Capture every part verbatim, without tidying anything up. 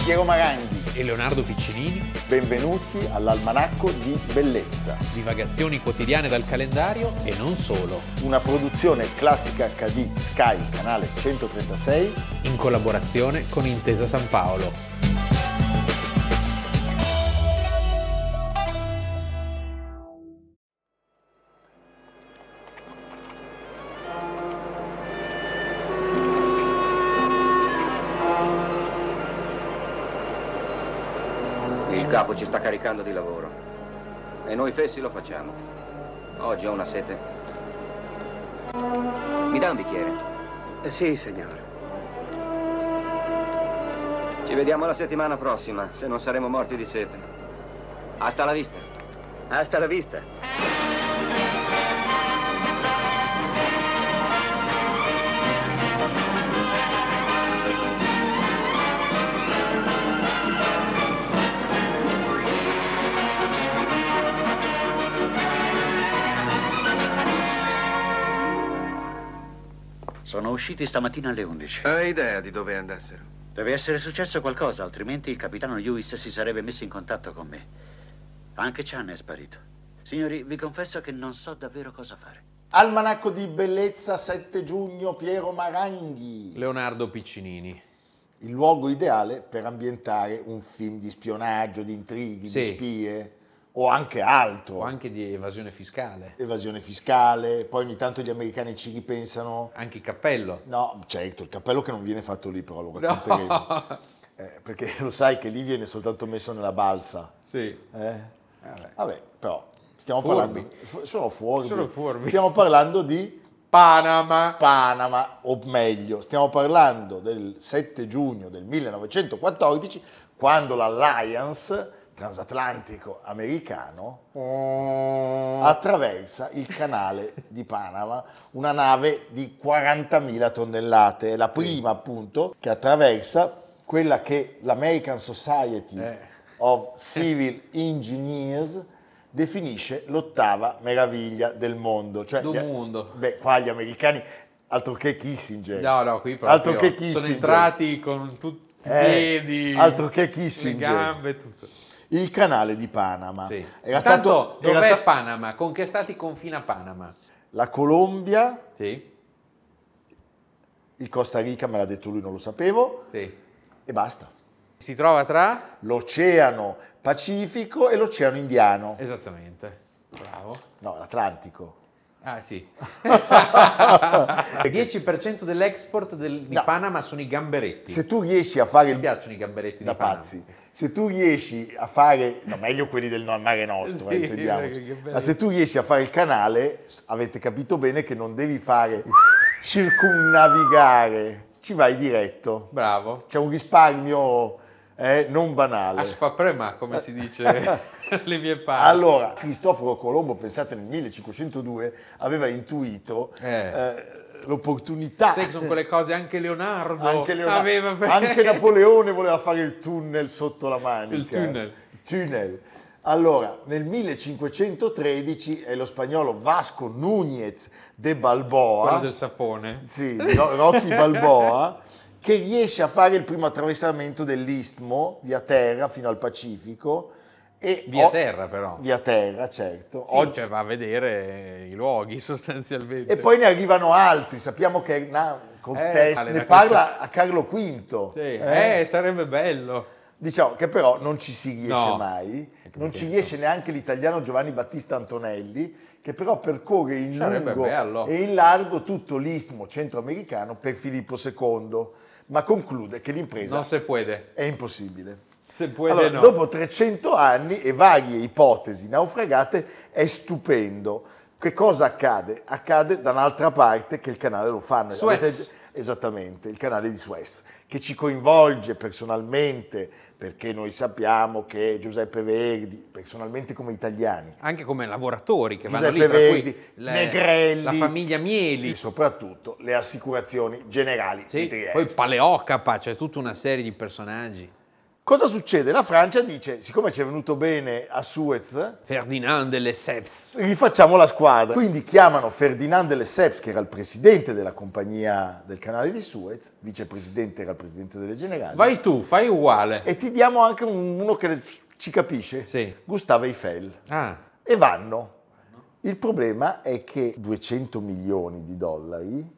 Piero Maranghi e Leonardo Piccinini. Benvenuti all'Almanacco di Bellezza. Divagazioni quotidiane dal calendario e non solo. Una produzione Classica acca di Sky, canale centotrentasei. In collaborazione con Intesa San Paolo. Il capo ci sta caricando di lavoro e noi fessi lo facciamo. Oggi ho una sete. Mi dà un bicchiere? Eh, sì, signore. Ci vediamo la settimana prossima, se non saremo morti di sete. Hasta la vista. Hasta la vista. Sono usciti stamattina alle undici. Hai idea di dove andassero? Deve essere successo qualcosa, altrimenti il capitano Lewis si sarebbe messo in contatto con me. Anche Chan è sparito. Signori, vi confesso che non so davvero cosa fare. Almanacco di Bellezza, sette giugno, Piero Maranghi. Leonardo Piccinini. Il luogo ideale per ambientare un film di spionaggio, di intrighi, Sì. di spie o anche altro. O anche di evasione fiscale. Evasione fiscale, poi ogni tanto gli americani ci ripensano. Anche il cappello. No, certo, il cappello che non viene fatto lì, però lo racconteremo. No. Eh, perché lo sai che lì viene soltanto messo nella balsa. Sì. Eh? Vabbè. Vabbè, però stiamo Furbi. parlando... fu- Sono furbi. Sono furbi. Stiamo parlando di Panama. Panama, o meglio, stiamo parlando del sette giugno del millenovecentoquattordici, quando l'Alliance transatlantico americano Oh. attraversa il canale di Panama, una nave di quarantamila tonnellate, è la prima appunto che attraversa quella che l'American Society Eh. of Civil Engineers definisce l'ottava meraviglia del mondo. Cioè, Do gli- mondo. Beh, qua gli americani, altro che Kissinger. No, no, qui proprio Altro che Kissinger. sono entrati con tutti i Eh, piedi, altro che le Kissinger. gambe, tutto. Il canale di Panama. Sì. Era Intanto, stato, era dov'è sta- Panama? Con che stati confina Panama? la Colombia, Sì, il Costa Rica, me l'ha detto lui, non lo sapevo, sì. e basta. Si trova tra? L'Oceano Pacifico e l'Oceano Indiano. Esattamente. Bravo. No, l'Atlantico. Ah, sì. Il dieci per cento dell'export del- di No. Panama sono i gamberetti. Se tu riesci a fare Mi il... piacciono i gamberetti da di Panama. pazzi. Se tu riesci a fare... No, meglio quelli del no- Mare Nostro, Sì, eh, intendiamoci. che bello. Ma se tu riesci a fare il canale, s- avete capito bene che non devi fare circumnavigare, ci vai diretto. Bravo. C'è un risparmio eh, non banale. Aspa prema, come si dice alle mie parti. Allora, Cristoforo Colombo, pensate nel millecinquecentodue, aveva intuito Eh. eh, l'opportunità. Sai che sono quelle cose, anche Leonardo, Anche, Leonardo- aveva... anche Napoleone voleva fare il tunnel sotto la manica. Il tunnel. Il tunnel. Allora, nel millecinquecentotredici è lo spagnolo Vasco Núñez de Balboa, quello del sapone. sì, di Ro- Rocky Balboa, che riesce a fare il primo attraversamento dell'Istmo via terra fino al Pacifico. E Via o- terra, però. Via terra, certo. Sì, Oggi- cioè va a vedere i luoghi sostanzialmente. E poi ne arrivano altri, sappiamo che na- Cortés vale, ne da parla questo- a Carlo quinto. Sì. eh? Eh, sarebbe bello. Diciamo che però non ci si riesce No. mai, non ci penso. riesce neanche l'italiano Giovanni Battista Antonelli, che però percorre in Sarebbe lungo bello. e in largo tutto l'istmo centroamericano per Filippo secondo, ma conclude che l'impresa Non se puede. è impossibile. Se puede Allora, no. dopo trecento anni e varie ipotesi naufragate, è stupendo. Che cosa accade? Accade da un'altra parte che il canale lo fanno. Suez. Avete- Esattamente, il canale di Suez, che ci coinvolge personalmente, perché noi sappiamo che Giuseppe Verdi, personalmente come italiani, Anche come lavoratori che vanno Giuseppe lì, tra Verdi, cui le- Negrelli, la famiglia Mieli, e soprattutto le assicurazioni generali sì, di Trieste. poi Paleocapa, c'è tutta una serie di personaggi. Cosa succede? La Francia dice, siccome ci è venuto bene a Suez, Ferdinand de Lesseps. rifacciamo la squadra. Quindi chiamano Ferdinand de Lesseps, che era il presidente della compagnia del canale di Suez, vicepresidente era il presidente delle Generali. Vai tu, fai uguale. E ti diamo anche un- uno che ci capisce, Sì. Gustave Eiffel. Ah, E vanno. Il problema è che duecento milioni di dollari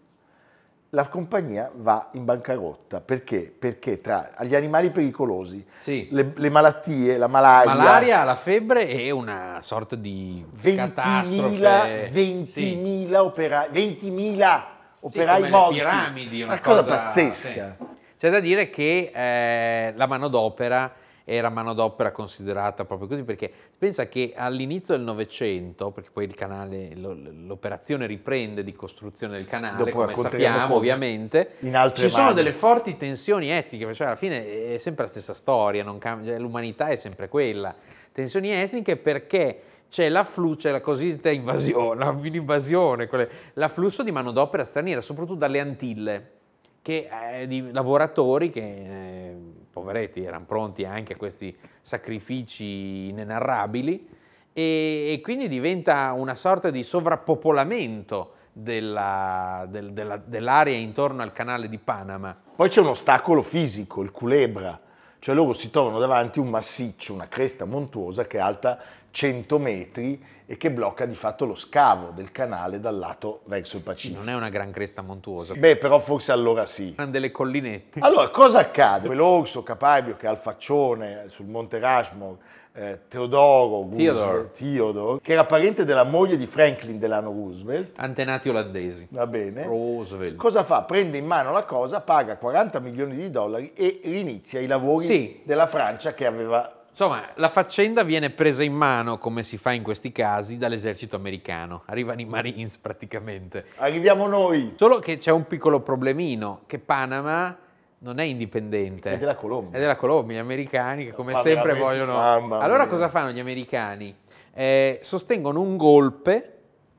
la compagnia va in bancarotta. Perché? Perché tra gli animali pericolosi, Sì. le, le malattie, la malaria, malaria, la febbre e una sorta di ventimila, catastrofe. ventimila operai, ventimila Sì, operai come le morti. piramidi, una cosa, cosa- pazzesca. sì. C'è da dire che eh, la manodopera era manodopera considerata proprio così, perché pensa che all'inizio del Novecento, perché poi il canale, lo- l'operazione riprende di costruzione del canale, Dopo come racconteremo sappiamo come. ovviamente, In altre ci sono mani. delle forti tensioni etniche, cioè alla fine è sempre la stessa storia, non cambia, l'umanità è sempre quella, tensioni etniche perché c'è l'afflusso, c'è la cosiddetta invasione, la mini invasione, quelle- l'afflusso di manodopera straniera, soprattutto dalle Antille, che, eh, di lavoratori che, eh, poveretti, erano pronti anche a questi sacrifici inenarrabili e, e quindi diventa una sorta di sovrappopolamento della- del- della- dell'area intorno al canale di Panama. Poi c'è un ostacolo fisico, il culebra, cioè loro si trovano davanti un massiccio, una cresta montuosa che è alta cento metri e che blocca di fatto lo scavo del canale dal lato verso il Pacifico. Non è una gran cresta montuosa, Beh, però forse allora sì. hanno delle collinette. Allora, cosa accade? Quell'orso caparbio che ha il faccione sul Monte Rushmore, eh, Teodoro Theodore. Roosevelt, Theodore, che era parente della moglie di Franklin Delano Roosevelt, Antenati olandesi. va bene? Roosevelt. Cosa fa? Prende in mano la cosa, paga quaranta milioni di dollari e rinizia i lavori Sì. della Francia che aveva... Insomma, la faccenda viene presa in mano, come si fa in questi casi, dall'esercito americano. Arrivano i Marines praticamente. Arriviamo noi. Solo che c'è un piccolo problemino, che Panama non è indipendente. È della Colombia. È della Colombia, gli americani che come Ma sempre veramente, vogliono... mamma Allora mia. cosa fanno gli americani? Eh, sostengono un golpe,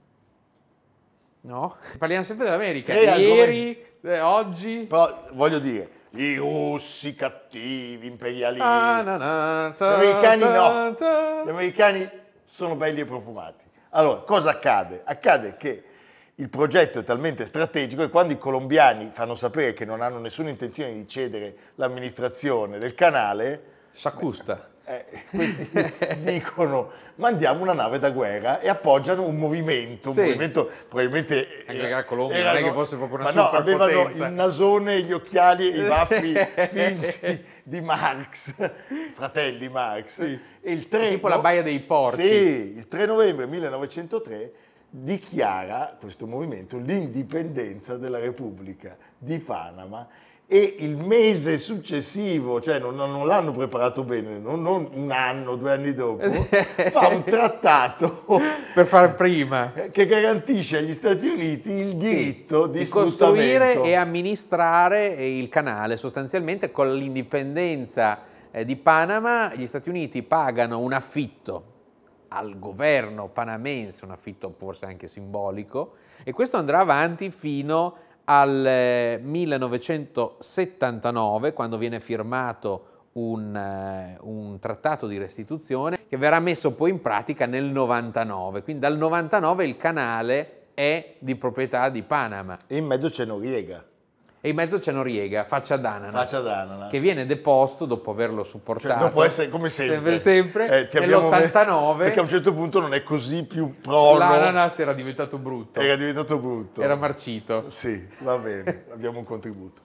no? Parliamo sempre dell'America. Crea Ieri, eh, oggi... Però voglio dire, i russi cattivi, imperialisti. Ah, na, na, Gli ta, americani ta, no. ta. Gli americani sono belli e profumati. Allora, cosa accade? Accade che il progetto è talmente strategico che quando i colombiani fanno sapere che non hanno nessuna intenzione di cedere l'amministrazione del canale, S'accusta. eh, questi dicono mandiamo una nave da guerra e appoggiano un movimento, un Sì. movimento probabilmente... Anche perché la Colombia non è che fosse proprio una ma no, avevano superpotenza. il nasone, gli occhiali e i baffi finti di Marx, fratelli Marx. E il tre, Tipo la Baia dei Porci. Sì, il tre novembre millenovecentotre dichiara questo movimento l'indipendenza della Repubblica di Panama e il mese successivo, cioè non, non l'hanno preparato bene, non, non un anno, due anni dopo, fa un trattato Per far prima. che garantisce agli Stati Uniti il diritto di, di costruire sfruttamento. e amministrare il canale. Sostanzialmente con l'indipendenza eh, di Panama gli Stati Uniti pagano un affitto al governo panamense, un affitto forse anche simbolico, e questo andrà avanti fino al eh, millenovecentosettantanove, quando viene firmato un, eh, un trattato di restituzione che verrà messo poi in pratica nel novantanove. Quindi dal novantanove il canale è di proprietà di Panama. E in mezzo c'è Noriega, E in mezzo c'è Noriega, faccia d'ananas, faccia d'ananas. che viene deposto dopo averlo supportato. Cioè, dopo essere come sempre, sempre, Eh, ti abbiamo- nell'ottantanove, perché a un certo punto non è così più prono, l'ananas era diventato brutto, era diventato brutto. era marcito. Sì, va bene, abbiamo un contributo.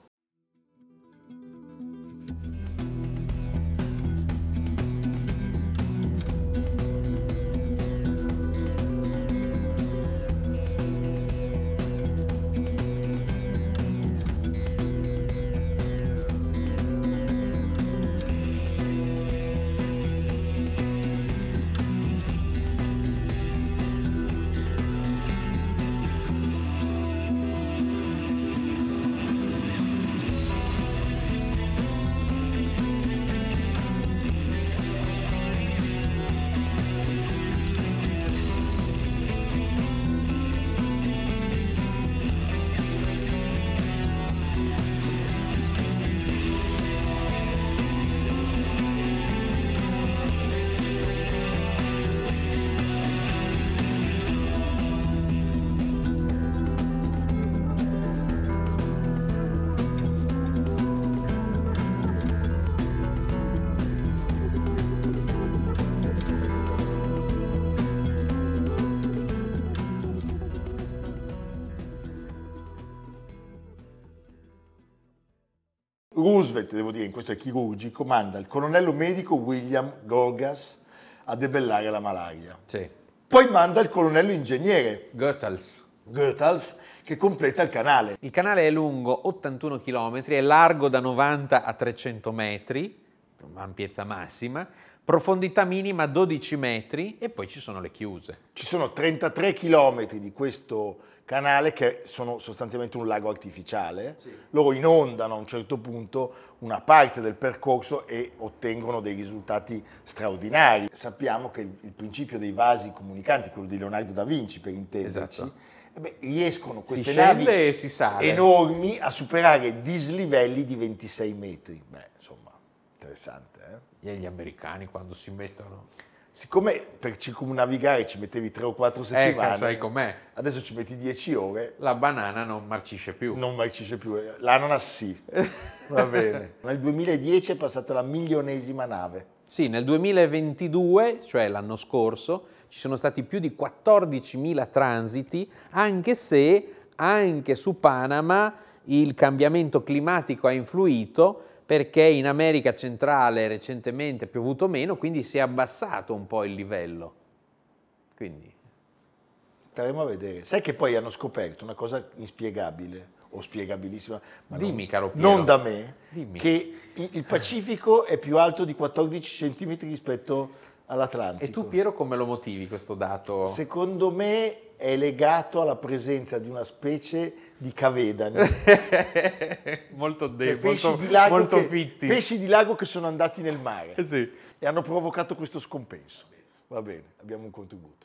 Roosevelt, devo dire, in questo è chirurgico, manda il colonnello medico William Gorgas a debellare la malaria. Sì. Poi manda il colonnello ingegnere Goethals. Goethals che completa il canale. Il canale è lungo ottantuno chilometri, è largo da novanta a trecento metri, ampiezza massima, profondità minima dodici metri e poi ci sono le chiuse. Ci sono trentatré chilometri di questo canale che sono sostanzialmente un lago artificiale. Sì. Loro inondano a un certo punto una parte del percorso e ottengono dei risultati straordinari. Sappiamo che il, il principio dei vasi comunicanti, quello di Leonardo da Vinci per intenderci, esatto. eh beh, riescono queste si navi e si sale. enormi a superare dislivelli di ventisei metri. Beh, insomma, interessante. Eh? E gli americani quando si mettono... Siccome per circumnavigare ci mettevi tre o quattro settimane, eh, sai com'è. Adesso ci metti dieci ore. La banana non marcisce più. Non marcisce più, l'ananas sì. Va bene. Nel duemiladieci è passata la milionesima nave. Sì, nel duemilaventidue, cioè l'anno scorso, ci sono stati più di quattordicimila transiti, anche se anche su Panama il cambiamento climatico ha influito, perché in America centrale recentemente è piovuto meno, quindi si è abbassato un po' il livello. Quindi... Staremo a vedere. Sai che poi hanno scoperto una cosa inspiegabile, o spiegabilissima, ma Dimmi, non, caro Piero. non da me, Dimmi. che il Pacifico è più alto di quattordici centimetri rispetto all'Atlantico. E tu, Piero, come lo motivi questo dato? Secondo me è legato alla presenza di una specie di cavedani. molto Cioè, de- pesci, molto, di lago molto che, fitti. pesci di lago che sono andati nel mare Eh sì. e hanno provocato questo scompenso. Va bene, abbiamo un contributo.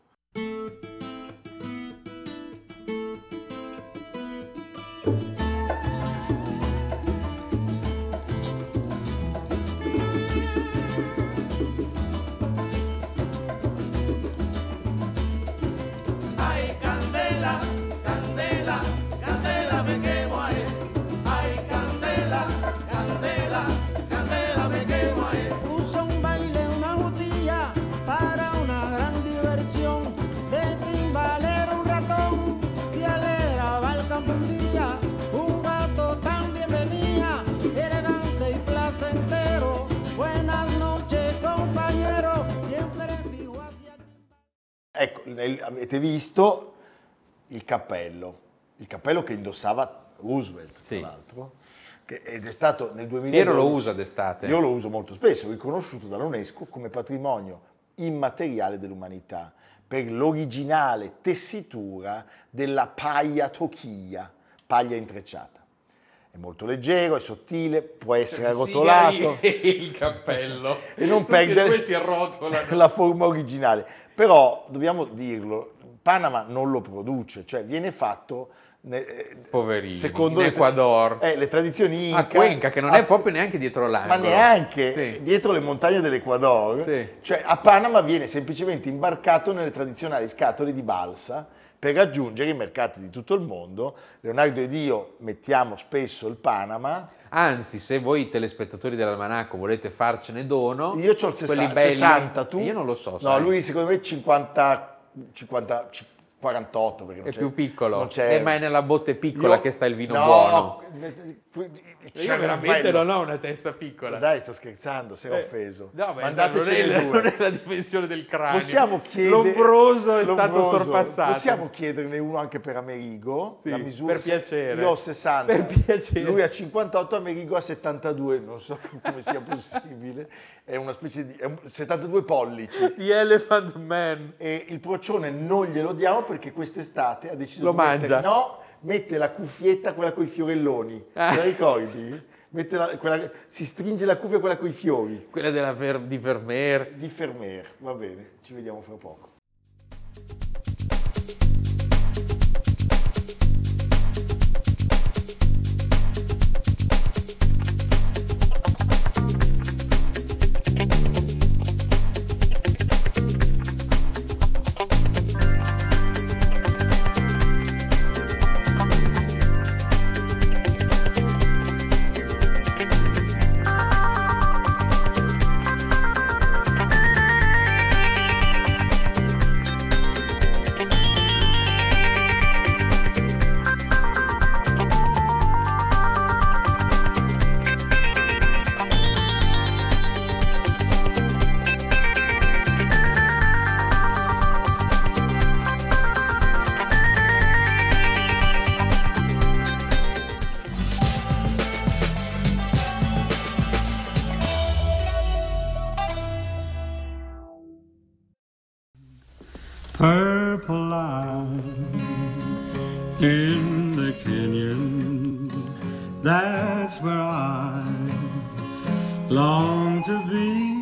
Ecco, avete visto il cappello, il cappello che indossava Roosevelt, sì. tra l'altro, che, ed è stato nel duemiladodici. Piero lo usa d'estate. Io lo uso molto spesso, riconosciuto dall'UNESCO come patrimonio immateriale dell'umanità per l'originale tessitura della paglia tochia, paglia intrecciata. È molto leggero, è sottile, può essere arrotolato. Il cappello. E non Tutti perdere e due si arrotolano. la forma originale. Però, dobbiamo dirlo, Panama non lo produce, cioè viene fatto... Poverini, secondo in le, Ecuador. Eh, le tradizioni Inca. A Cuenca, che non a, è proprio neanche dietro l'angolo. Ma neanche sì. dietro le montagne dell'Ecuador. Sì. Cioè a Panama viene semplicemente imbarcato nelle tradizionali scatole di balsa per raggiungere i mercati di tutto il mondo. Leonardo ed io mettiamo spesso il Panama. Anzi, se voi telespettatori dell'Almanacco volete farcene dono, Io ho il quelli sessanta, belli, sessanta, tu? Io non lo so. No, sai. lui secondo me cinquanta, cinquanta, quarantotto. Perché non È c'è, più piccolo, non c'è... Eh, ma è nella botte piccola Io- che sta il vino no, buono. Io veramente non ho una testa piccola. Dai, sto scherzando, sei offeso. No, ma Mandatecene non, è, due. non è la dimensione del cranio. Possiamo chiedere... L'ombroso è stato L'ombroso. sorpassato. Possiamo chiederne uno anche per Amerigo? Sì, la misura, per piacere. Io ho sessanta. Per piacere. Lui ha cinquantotto, Amerigo ha settantadue. Non so come sia possibile. È una specie di... È un, settantadue pollici. The Elephant Man. E il procione non glielo diamo perché quest'estate ha deciso Lo di mettere... mangia. No, mette la cuffietta, quella con i fiorelloni. Ah. Te la ricordi? Mette la- quella- si stringe la cuffia, quella con i fiori. Quella della Ver- di Vermeer. Di Vermeer, va bene, ci vediamo fra poco. purple line in the canyon. That's where I long to be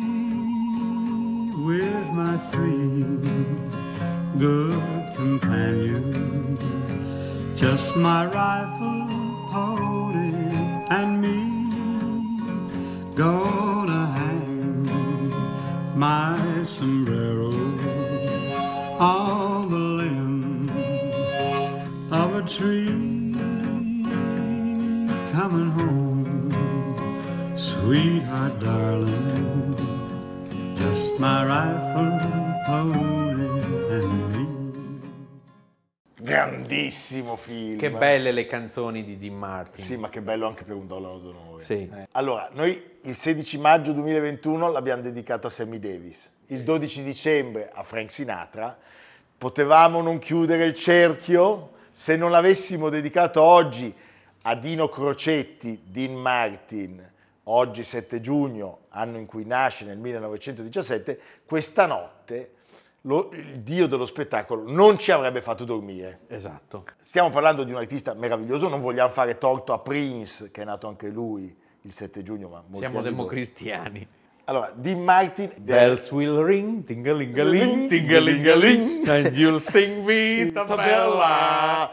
with my three good companions. Just my rifle, pony, and me. Gonna hang my sombrero on the limb of a tree. Coming home, sweetheart darling, just my rifle, pony, and me. Grandissimo film. Che belle le canzoni di Dean Martin. Sì, ma che bello anche per un dollaro d'onore. Sì. Eh. Allora, noi il sedici maggio duemilaventuno l'abbiamo dedicato a Sammy Davis, il dodici dicembre a Frank Sinatra. Potevamo non chiudere il cerchio se non l'avessimo dedicato oggi a Dino Crocetti, Dean Martin, oggi sette giugno, anno in cui nasce nel millenovecentodiciassette, questa notte lo, il dio dello spettacolo non ci avrebbe fatto dormire. Esatto. Stiamo parlando di un artista meraviglioso, non vogliamo fare torto a Prince, che è nato anche lui il sette giugno, ma molti Siamo anni dopo. democristiani. Allora, Dean Martin... Bells will ring, ting-a-ling-a-ling, ting-a-ling-a-ling, and you'll sing Vita Bella.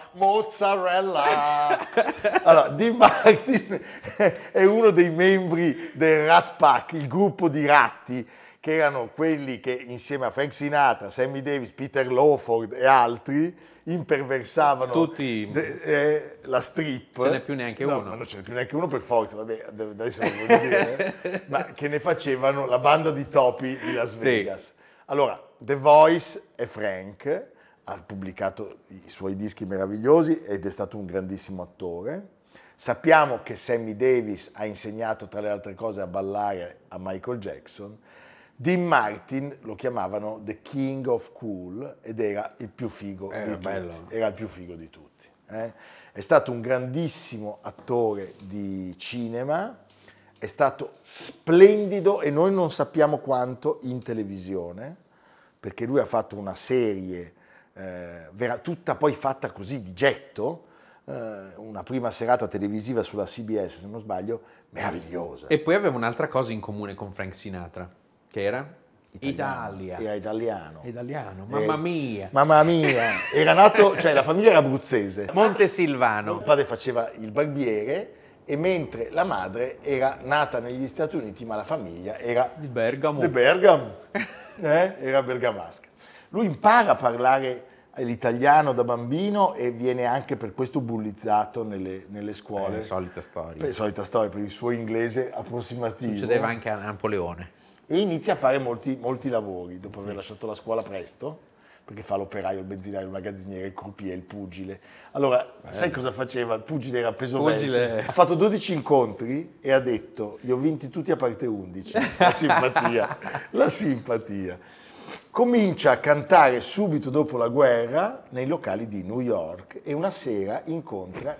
Mozzarella. Allora, Dean Martin è uno dei membri del Rat Pack, il gruppo di ratti, che erano quelli che insieme a Frank Sinatra, Sammy Davis, Peter Lawford e altri imperversavano Tutti. st- eh, la strip. Ce n'è più neanche No, uno. ma non ce n'è più neanche uno per forza, vabbè, adesso non voglio dire, eh, ma che ne facevano la banda di topi di Las Sì. Vegas. Allora, The Voice è Frank, ha pubblicato i suoi dischi meravigliosi ed è stato un grandissimo attore. Sappiamo che Sammy Davis ha insegnato, tra le altre cose, a ballare a Michael Jackson. Dean Martin lo chiamavano The King of Cool ed era il più figo Era di tutti. bello. Era il più figo di tutti. eh. È stato un grandissimo attore di cinema, è stato splendido e noi non sappiamo quanto in televisione, perché lui ha fatto una serie eh, vera, tutta poi fatta così di getto, eh, una prima serata televisiva sulla C B S, se non sbaglio, meravigliosa. E poi aveva un'altra cosa in comune con Frank Sinatra, che era? Italiano. Italia. Era italiano. Italiano, Eh, mamma mia. Mamma mia, era nato, cioè la famiglia era abruzzese. Montesilvano. Il padre faceva il barbiere e mentre la madre era nata negli Stati Uniti, ma la famiglia era Di Bergamo. di Bergamo, eh? Era bergamasca. Lui impara a parlare l'italiano da bambino e viene anche per questo bullizzato nelle, nelle scuole. Eh, solita storia. Per solita storia, per il suo inglese approssimativo. Succedeva anche a Napoleone. E inizia a fare molti, molti lavori dopo aver lasciato la scuola presto, perché fa l'operaio, il benzinaio, il magazziniere, il croupier, il pugile. Allora, sai cosa faceva? Il pugile era peso Pugile. venti. Ha fatto dodici incontri e ha detto, li ho vinti tutti a parte undici. La simpatia, la simpatia. Comincia a cantare subito dopo la guerra nei locali di New York e una sera incontra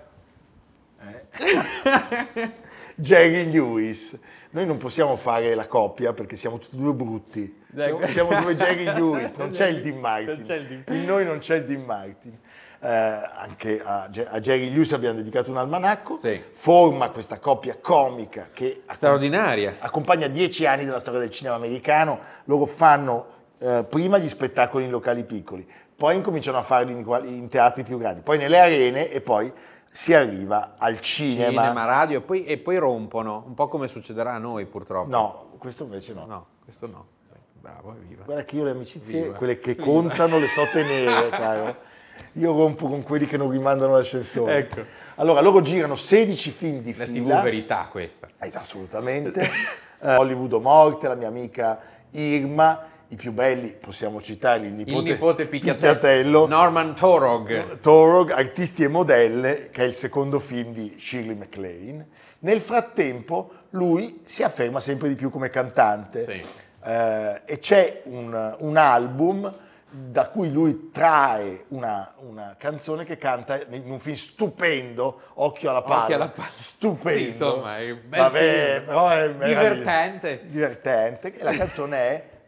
eh, Jerry Lewis. Noi non possiamo fare la coppia perché siamo tutti due brutti. Siamo, siamo due Jerry Lewis, non c'è il Dean Martin. Non c'è il Dean- In noi non c'è il Dean Martin. Eh, anche a, Ge- a Jerry Lewis abbiamo dedicato un almanacco. Sì. Forma questa coppia comica che Straordinaria. accompagna dieci anni della storia del cinema americano. Loro fanno eh, prima gli spettacoli in locali piccoli, poi incominciano a farli in, quali- in teatri più grandi, poi nelle arene e poi si arriva al cinema. Cinema, radio e poi, e poi rompono, un po' come succederà a noi purtroppo. No, questo invece no. No, questo no. Bravo, evviva. Guarda che io le amicizie, Viva. quelle che contano, le so tenere, caro. Io rompo con quelli che non rimandano l'ascensore. Ecco. Allora, loro girano sedici film di La fila. tivù verità questa. Eh, assolutamente. Eh, Hollywood o morte, la mia amica Irma, i più belli, possiamo citarli, il nipote, Il nipote picchiate- Picchiatello, Norman Torog. Torog, Artisti e modelle, che è il secondo film di Shirley MacLaine. Nel frattempo lui si afferma sempre di più come cantante. Sì. Eh, e c'è un, un album da cui lui trae una, una canzone che canta in un film stupendo, Occhio alla palla. Occhio alla palla. Stupendo. Sì, insomma, è un bel Vabbè, film. però è meraviglioso. Divertente. Divertente. E la canzone è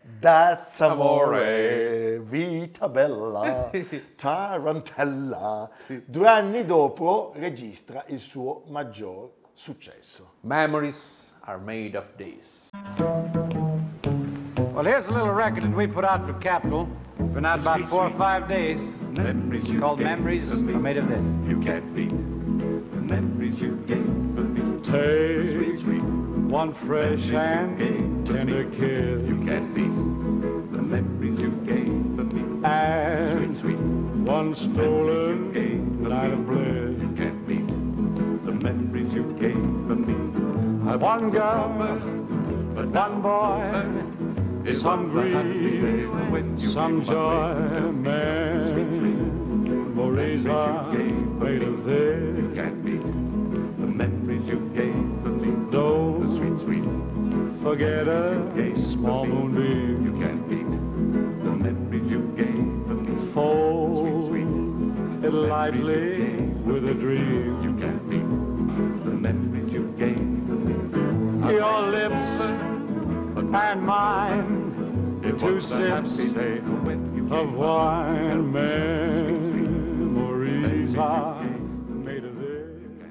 That's amore, vita bella, tarantella. Due anni dopo registra il suo maggior successo. Memories are made of this. Well, here's a little record that we put out for Capitol. It's been out about four or five days. It's called Memories Are Made of This. You can't beat the memories you gave me. Take one fresh and tender kiss. You can't beat the memories you gave me. And Sweet, sweet. one stolen night of bliss. You can't beat the memories you gave me. One girl, but one boy, some grief, some joy, memories are made of this. You can't beat the memories you gave me. Don't Sweet, sweet. forget a small You moonbeam. can't beat the memories you gave me. Fold it lightly with a dream. You can't beat the memories you gave me. Your lips and mine, It two was a happy sips day when you of gave wine. me. Memories are made of this.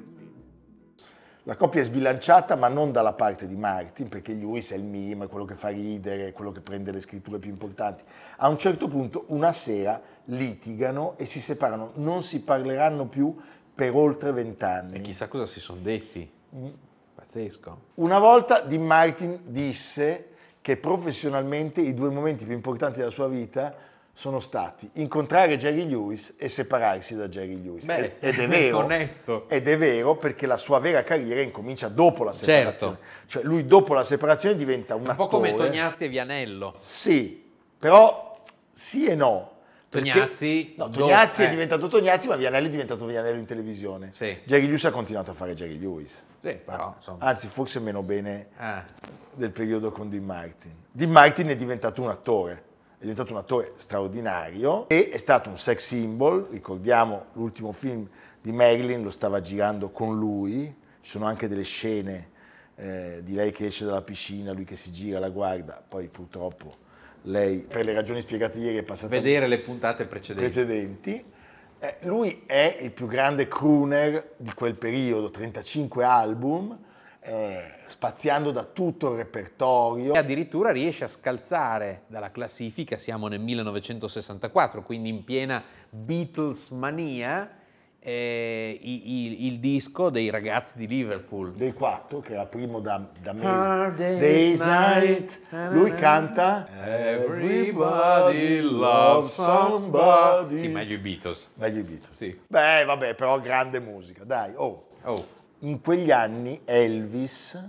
La coppia è sbilanciata, ma non dalla parte di Martin, perché Lewis è il mime, è quello che fa ridere, è quello che prende le scritture più importanti. A un certo punto, una sera, litigano e si separano. Non si parleranno più per oltre vent'anni. E chissà cosa si sono detti. Pazzesco. Una volta Dean Martin disse che professionalmente i due momenti più importanti della sua vita sono stati incontrare Jerry Lewis e separarsi da Jerry Lewis. Beh, ed è vero, onesto. ed è vero, perché la sua vera carriera incomincia dopo la separazione. Certo. Cioè lui dopo la separazione diventa un, Un po' attore. come Tognazzi e Vianello. Sì, però sì e no. Perché- Tognazzi, no, do- Tognazzi eh. è diventato Tognazzi, ma Vianello è diventato Vianello in televisione. Sì. Jerry Lewis ha continuato a fare Jerry Lewis. Sì, però, insomma. Anzi, forse meno bene Ah. del periodo con Dean Martin. Dean Martin è diventato un attore, è diventato un attore straordinario e è stato un sex symbol. Ricordiamo l'ultimo film di Marilyn, lo stava girando con lui, ci sono anche delle scene eh, di lei che esce dalla piscina, lui che si gira, la guarda, poi purtroppo lei, per le ragioni spiegate ieri, è passata Vedere le puntate precedenti. precedenti. Eh, lui è il più grande crooner di quel periodo, trentacinque album, eh, spaziando da tutto il repertorio. E addirittura riesce a scalzare dalla classifica, siamo nel millenovecentosessantaquattro, quindi in piena Beatles mania, eh, i- i- il disco dei ragazzi di Liverpool. Dei quattro, che era primo da, da me. Hard Day's Day's Night. Night. Lui canta Everybody loves somebody. Sì, meglio i Beatles. Meglio i Beatles. Sì. Beh, vabbè, però grande musica, dai. Oh. Oh, In quegli anni Elvis,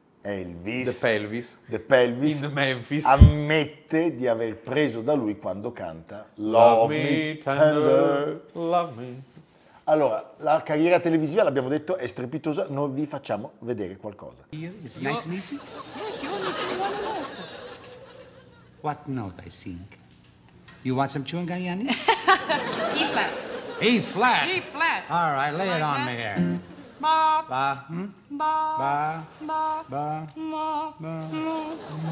Elvis, The Pelvis. The Pelvis In Memphis. ammette di aver preso da lui quando canta Love, Me Tender. love me. Allora, la carriera televisiva, l'abbiamo detto, è strepitosa, noi vi facciamo vedere qualcosa. It's nice and easy. Yes, you're missing one note. What note I sing? You want some chewing gum, Yanni? E flat. E flat. E flat. All right, lay it on me here. Ba, Ba, hmm? ba, Ba, ba, ba, ma, ba. ma.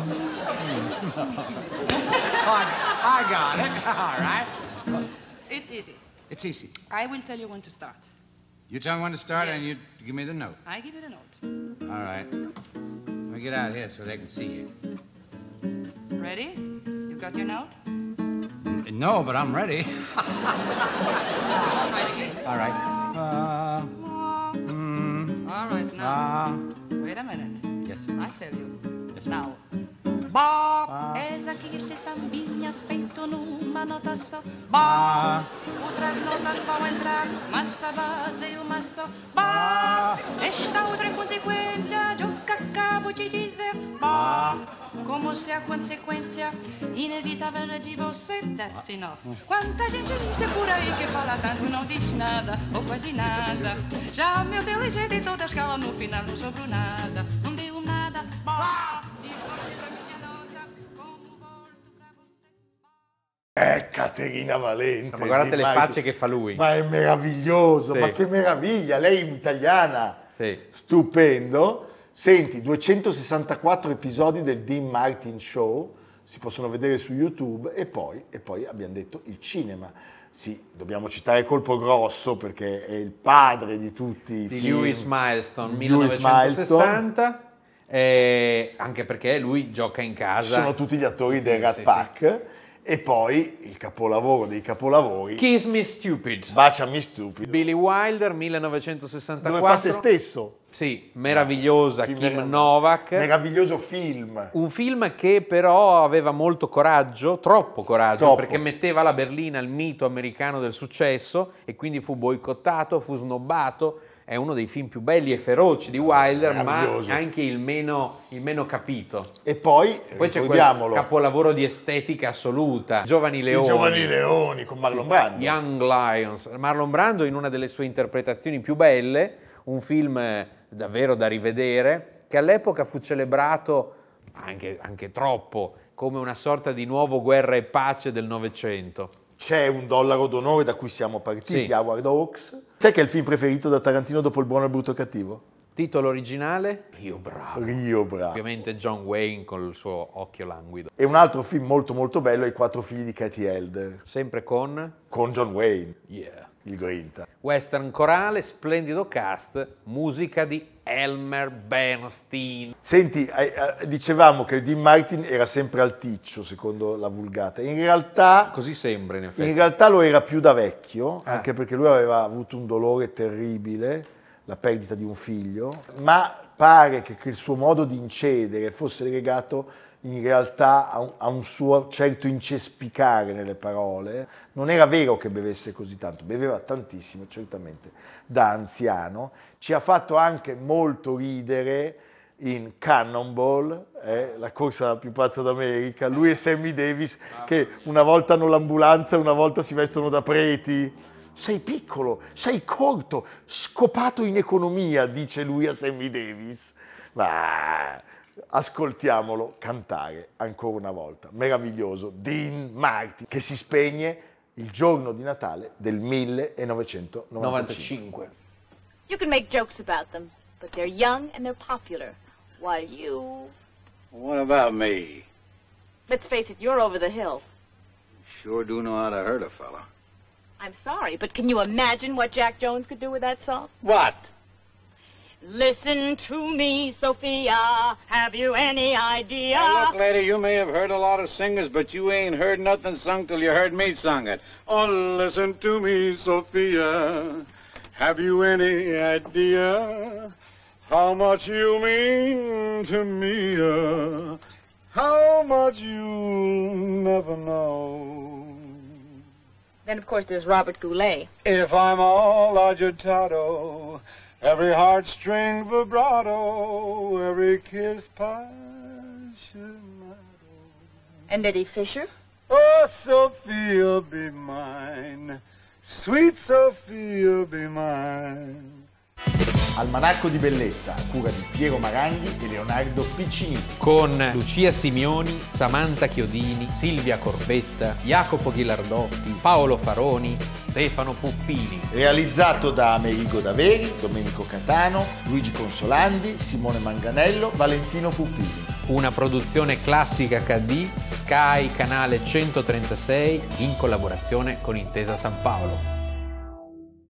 Oh, I, I got it. All right. It's easy. It's easy. I will tell you when to start. You tell me when to start, and Yes. you give me the note. I give you the note. All right. Let me get out here so they can see you. Ready? You got your note? No, but I'm ready. Try it again. All right. Uh, Ma. mm, All right, now. uh, Wait a minute. yes. I tell you. Yes. Now. Ba, Ba. essa aqui este sambinha feito numa nota só. Ba. Ba, outras notas vão entrar, mas a base é uma só. Ba, esta outra é consequência de o que acabo de dizer. Ba, como se a consequência inevitável é de você. That's enough. Quanta gente existe por aí que fala tanto e não diz nada, ou quase nada. Já o meu inteligente toda escala no final não sobrou nada. Não deu nada. Ba, e volto pra minha nota, como volto pra você. È Caterina Valente. Ma guardate di le Martin. facce che fa lui. Ma è meraviglioso, Sì. ma che meraviglia, lei è italiana. Sì. Stupendo. Senti, duecentosessantaquattro episodi del Dean Martin Show, si possono vedere su YouTube e poi, e poi abbiamo detto il cinema. Sì, dobbiamo citare Colpo Grosso perché è il padre di tutti i di film. Lewis Milestone, di Lewis millenovecentosessanta, eh, anche perché lui gioca in casa. Sono tutti gli attori del Rat Sì, Pack. sì. E poi il capolavoro dei capolavori, Kiss Me Stupid, Baciami Stupido, Billy Wilder, millenovecentosessantaquattro. dove fa se stesso. Sì, meravigliosa, Film Kim merav- Novak. Meraviglioso film. Un film che però aveva molto coraggio, troppo coraggio, Troppo. perché metteva alla berlina il mito americano del successo e quindi fu boicottato, fu snobbato. È uno dei film più belli e feroci di Wilder, ma Meraviglioso. anche il meno, il meno capito. E poi, Poi c'è quel ricordiamolo, capolavoro di estetica assoluta, Giovani I Leoni. Giovani Leoni con Marlon Brando. Young Lions. Marlon Brando in una delle sue interpretazioni più belle, un film eh, davvero da rivedere, che all'epoca fu celebrato anche, anche troppo come una sorta di nuovo Guerra e Pace del Novecento. C'è un dollaro d'onore da cui siamo partiti, Sì. Howard Hawks. Sai che è il film preferito da Tarantino dopo Il buono, il brutto e il cattivo? Titolo originale? Rio Bravo. Rio Bravo. Ovviamente John Wayne con il suo occhio languido. E un altro film molto molto bello è I quattro figli di Katie Elder, Sempre con con John Wayne, yeah. il Grinta. Western corale, splendido cast, musica di Elmer Bernstein. Senti, eh, eh, dicevamo che Dean Martin era sempre alticcio, secondo la vulgata. In realtà, Così sembra in effetti. in realtà lo era più da vecchio, Ah. anche perché lui aveva avuto un dolore terribile, la perdita di un figlio, ma pare che, che il suo modo di incedere fosse legato in realtà a un, a un suo certo incespicare nelle parole. Non era vero che bevesse così tanto, beveva tantissimo, certamente, da anziano. Ci ha fatto anche molto ridere in Cannonball, eh, la corsa più pazza d'America, lui e Sammy Davis che una volta hanno l'ambulanza e una volta si vestono da preti. Sei piccolo, sei corto, scopato in economia, dice lui a Sammy Davis. Ma ascoltiamolo cantare ancora una volta. Meraviglioso, Dean Martin, che si spegne il giorno di Natale del millenovecentonovantacinque. novantacinque. You can make jokes about them, but they're young and they're popular, while you... What about me? Let's face it, you're over the hill. Sure do know how to hurt a fella. I'm sorry, but can you imagine what Jack Jones could do with that song? What? Listen to me, Sophia. Have you any idea? Now, look, lady, you may have heard a lot of singers, but you ain't heard nothing sung till you heard me sung it. Oh, listen to me, Sophia. Have you any idea how much you mean to me? Uh, how much you'll never know. Then, of course, there's Robert Goulet. If I'm all agitato, every heartstring vibrato, every kiss passionato. And Eddie Fisher? Oh, Sophia, be mine. Sweet Sophia, be mine. Almanacco di bellezza a cura di Piero Maranghi e Leonardo Piccini. Con Lucia Simioni, Samantha Chiodini, Silvia Corbetta, Jacopo Ghilardotti, Paolo Faroni, Stefano Puppini. Realizzato da Amerigo Daveri, Domenico Catano, Luigi Consolandi, Simone Manganello, Valentino Puppini. Una produzione classica acca di Sky Canale centotrentasei in collaborazione con Intesa San Paolo.